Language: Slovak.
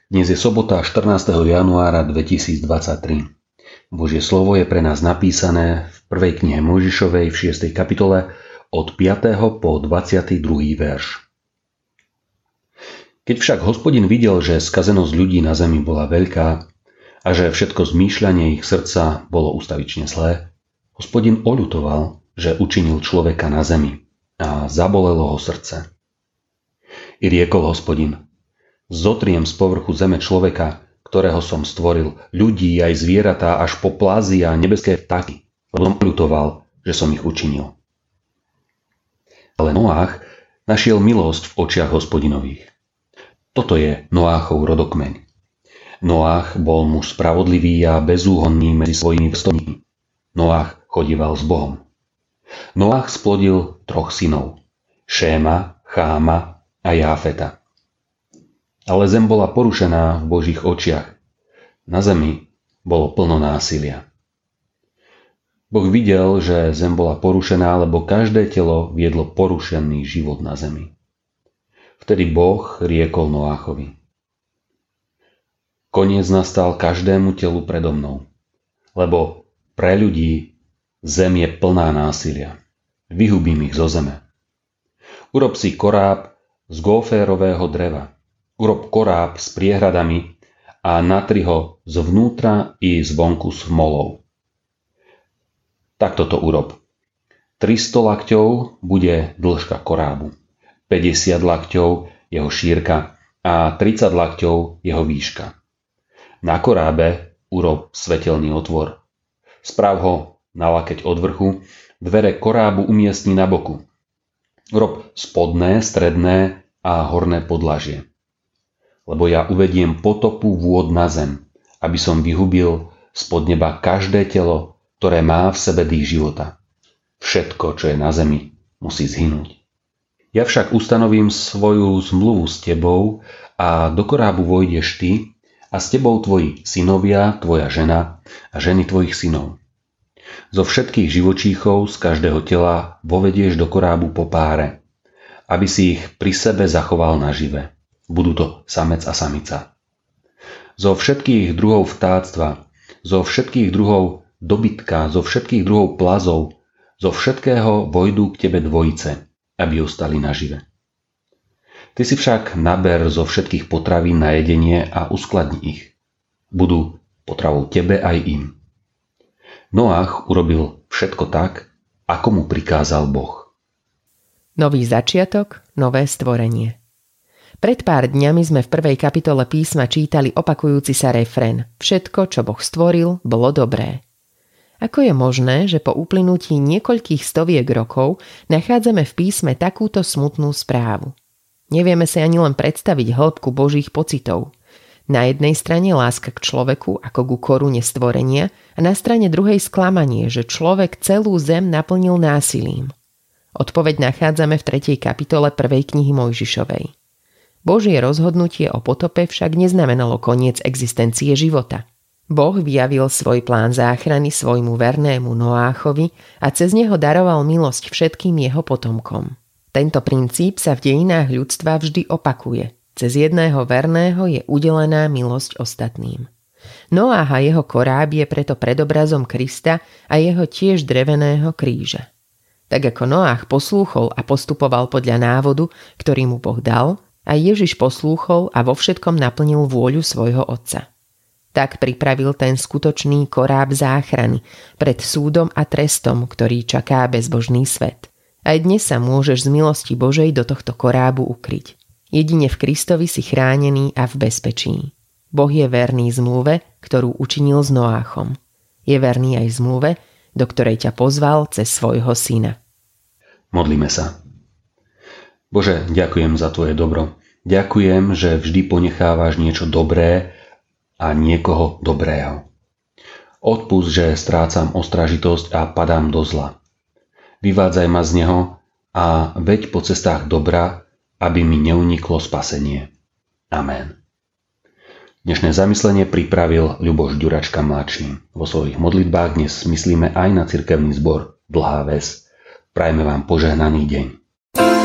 Dnes je sobota 14. januára 2023. Božie slovo je pre nás napísané v prvej knihe Mojžišovej v 6. kapitole od 5. po 22. verš. Keď však Hospodin videl, že skazenosť ľudí na zemi bola veľká a že všetko zmýšľanie ich srdca bolo ustavične zlé, Hospodin oľutoval, že učinil človeka na zemi a zabolelo ho srdce. I riekol Hospodin: Zotriem z povrchu zeme človeka, ktorého som stvoril, ľudí aj zvieratá až po plázy a nebeské vtáky, lebo som oľutoval, že som ich učinil. Ale Noách našiel milosť v očiach Hospodinových. Toto je Noáchov rodokmeň. Noách bol muž spravodlivý a bezúhonný medzi svojimi vrstevníkmi. Noách chodíval s Bohom. Noách splodil 3 synov: Šéma, Cháma a Jáfeta. Ale zem bola porušená v Božích očiach. Na zemi bolo plno násilia. Boh videl, že zem bola porušená, lebo každé telo viedlo porušený život na zemi. Vtedy Boh riekol Noáchovi: Koniec nastal každému telu predo mnou, lebo pre ľudí zem je plná násilia. Vyhubím ich zo zeme. Urob si koráb z góférového dreva. Urob koráb s priehradami a natri ho zvnútra i zvonku smolou. Takto to urob. 300 lakťov bude dĺžka korábu, 50 lakťov jeho šírka a 30 lakťov jeho výška. Na korábe urob svetelný otvor. Sprav ho na lakeť od vrchu, dvere korábu umiestni na boku. Urob spodné, stredné a horné podlažie. Lebo ja uvediem potopu vôd na zem, aby som vyhubil spod neba každé telo, ktoré má v sebe dých života. Všetko, čo je na zemi, musí zhynúť. Ja však ustanovím svoju zmluvu s tebou a do korábu vojdeš ty a s tebou tvoji synovia, tvoja žena a ženy tvojich synov. Zo všetkých živočíchov z každého tela vovedieš do korábu po páre, aby si ich pri sebe zachoval nažive. Budú to samec a samica. Zo všetkých druhov vtáctva, zo všetkých druhov dobytka, zo všetkých druhov plazov, zo všetkého vojdú k tebe dvojice, aby ostali nažive. Ty si však naber zo všetkých potravín na jedenie a uskladni ich. Budú potravou tebe aj im. Noách urobil všetko tak, ako mu prikázal Boh. Nový začiatok, nové stvorenie. Pred pár dňami sme v 1. kapitole písma čítali opakujúci sa refrén: Všetko, čo Boh stvoril, bolo dobré. Ako je možné, že po uplynutí niekoľkých stoviek rokov nachádzame v písme takúto smutnú správu? Nevieme si ani len predstaviť hĺbku Božích pocitov. Na jednej strane láska k človeku ako ku korune stvorenia a na strane druhej sklamanie, že človek celú zem naplnil násilím. Odpoveď nachádzame v 3. kapitole 1. knihy Mojžišovej. Božie rozhodnutie o potope však neznamenalo koniec existencie života. Boh vyjavil svoj plán záchrany svojmu vernému Noáchovi a cez neho daroval milosť všetkým jeho potomkom. Tento princíp sa v dejinách ľudstva vždy opakuje. Cez jedného verného je udelená milosť ostatným. Noách a jeho koráb je preto predobrazom Krista a jeho tiež dreveného kríža. Tak ako Noách poslúchol a postupoval podľa návodu, ktorý mu Boh dal, a Ježiš poslúchol a vo všetkom naplnil vôľu svojho Otca. Tak pripravil ten skutočný koráb záchrany pred súdom a trestom, ktorý čaká bezbožný svet. Aj dnes sa môžeš z milosti Božej do tohto korábu ukryť. Jedine v Kristovi si chránený a v bezpečí. Boh je verný zmluve, ktorú učinil s Noáchom. Je verný aj zmluve, do ktorej ťa pozval cez svojho syna. Modlíme sa. Bože, ďakujem za tvoje dobro. Ďakujem, že vždy ponechávaš niečo dobré a niekoho dobrého. Odpusť, že strácam ostražitosť a padám do zla. Vyvádzaj ma z neho a veď po cestách dobra, aby mi neuniklo spasenie. Amen. Dnešné zamyslenie pripravil Ľuboš Ďuračka mladší. Vo svojich modlitbách dnes myslíme aj na cirkevný zbor Dlhá Ves. Prajme vám požehnaný deň.